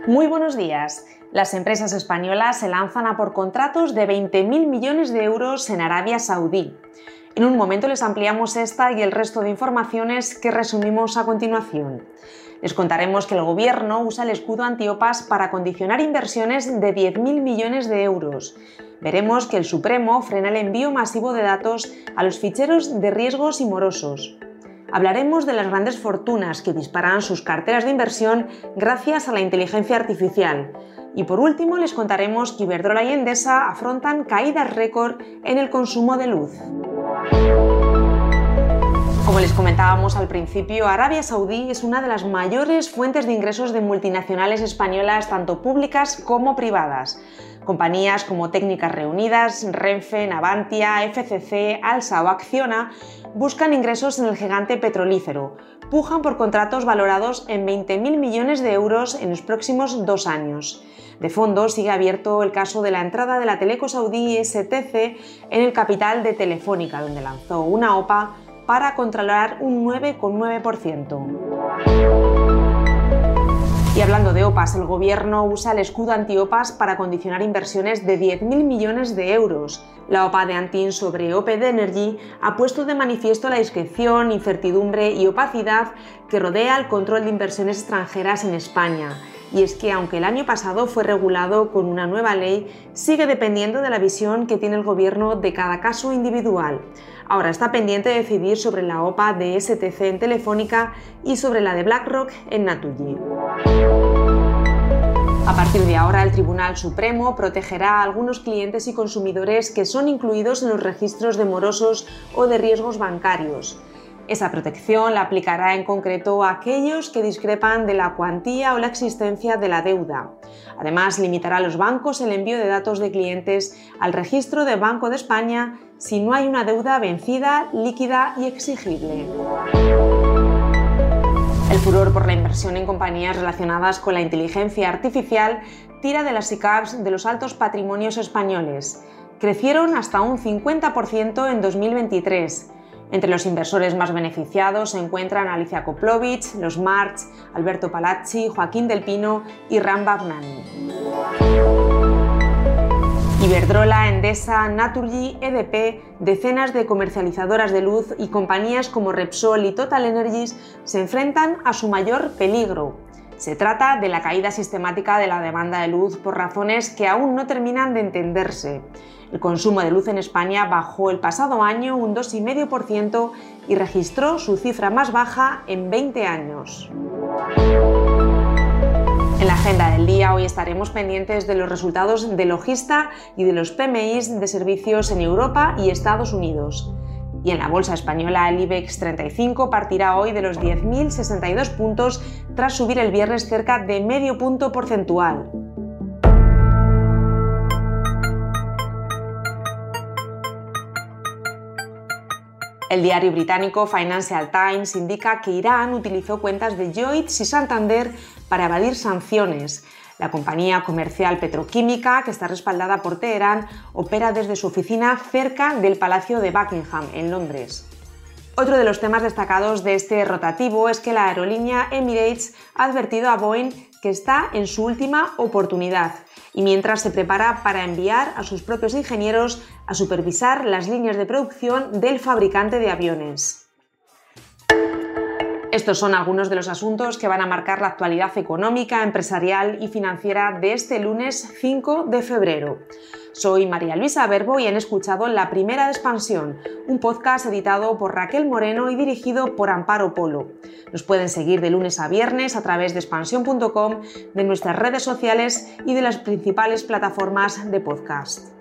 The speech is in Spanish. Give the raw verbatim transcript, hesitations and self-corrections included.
Muy buenos días. Las empresas españolas se lanzan a por contratos de veinte mil millones de euros en Arabia Saudí. En un momento les ampliamos esta y el resto de informaciones que resumimos a continuación. Les contaremos que el gobierno usa el escudo antiopas para condicionar inversiones de diez mil millones de euros. Veremos que el Supremo frena el envío masivo de datos a los ficheros de riesgos y morosos. Hablaremos de las grandes fortunas que disparan sus carteras de inversión gracias a la inteligencia artificial. Y por último les contaremos que Iberdrola y Endesa afrontan caídas récord en el consumo de luz. Como les comentábamos al principio, Arabia Saudí es una de las mayores fuentes de ingresos de multinacionales españolas, tanto públicas como privadas. Compañías como Técnicas Reunidas, Renfe, Navantia, F C C, Alsa o Acciona buscan ingresos en el gigante petrolífero. Pujan por contratos valorados en veinte mil millones de euros en los próximos dos años. De fondo sigue abierto el caso de la entrada de la teleco saudí S T C en el capital de Telefónica, donde lanzó una O P A para controlar un nueve coma nueve por ciento. Y hablando de O P As, el gobierno usa el escudo anti-O P As para condicionar inversiones de diez mil millones de euros. La O P A de Antin sobre O P D Energy ha puesto de manifiesto la discreción, incertidumbre y opacidad que rodea el control de inversiones extranjeras en España. Y es que, aunque el año pasado fue regulado con una nueva ley, sigue dependiendo de la visión que tiene el gobierno de cada caso individual. Ahora está pendiente de decidir sobre la O P A de S T C en Telefónica y sobre la de BlackRock en Naturgy. A partir de ahora, el Tribunal Supremo protegerá a algunos clientes y consumidores que son incluidos en los registros de morosos o de riesgos bancarios. Esa protección la aplicará en concreto a aquellos que discrepan de la cuantía o la existencia de la deuda. Además, limitará a los bancos el envío de datos de clientes al registro de Banco de España si no hay una deuda vencida, líquida y exigible. El furor por la inversión en compañías relacionadas con la inteligencia artificial tira de las SICAVs de los altos patrimonios españoles. Crecieron hasta un cincuenta por ciento en dos mil veintitrés. Entre los inversores más beneficiados se encuentran Alicia Koplovich, los March, Alberto Palazzi, Joaquín del Pino y Ram Bagnani. Iberdrola, Endesa, Naturgy, E D P, decenas de comercializadoras de luz y compañías como Repsol y Total Energies se enfrentan a su mayor peligro. Se trata de la caída sistemática de la demanda de luz por razones que aún no terminan de entenderse. El consumo de luz en España bajó el pasado año un dos coma cinco por ciento y registró su cifra más baja en veinte años. En la agenda del día hoy estaremos pendientes de los resultados de Logista y de los P M Is de servicios en Europa y Estados Unidos. Y en la bolsa española el IBEX treinta y cinco partirá hoy de los diez mil sesenta y dos puntos tras subir el viernes cerca de medio punto porcentual. El diario británico Financial Times indica que Irán utilizó cuentas de Lloyds y Santander para evadir sanciones. La compañía comercial petroquímica, que está respaldada por Teherán, opera desde su oficina cerca del Palacio de Buckingham, en Londres. Otro de los temas destacados de este rotativo es que la aerolínea Emirates ha advertido a Boeing que está en su última oportunidad y mientras se prepara para enviar a sus propios ingenieros a supervisar las líneas de producción del fabricante de aviones. Estos son algunos de los asuntos que van a marcar la actualidad económica, empresarial y financiera de este lunes cinco de febrero. Soy María Luisa Verbo y han escuchado La Primera de Expansión, un podcast editado por Raquel Moreno y dirigido por Amparo Polo. Nos pueden seguir de lunes a viernes a través de expansión punto com, de nuestras redes sociales y de las principales plataformas de podcast.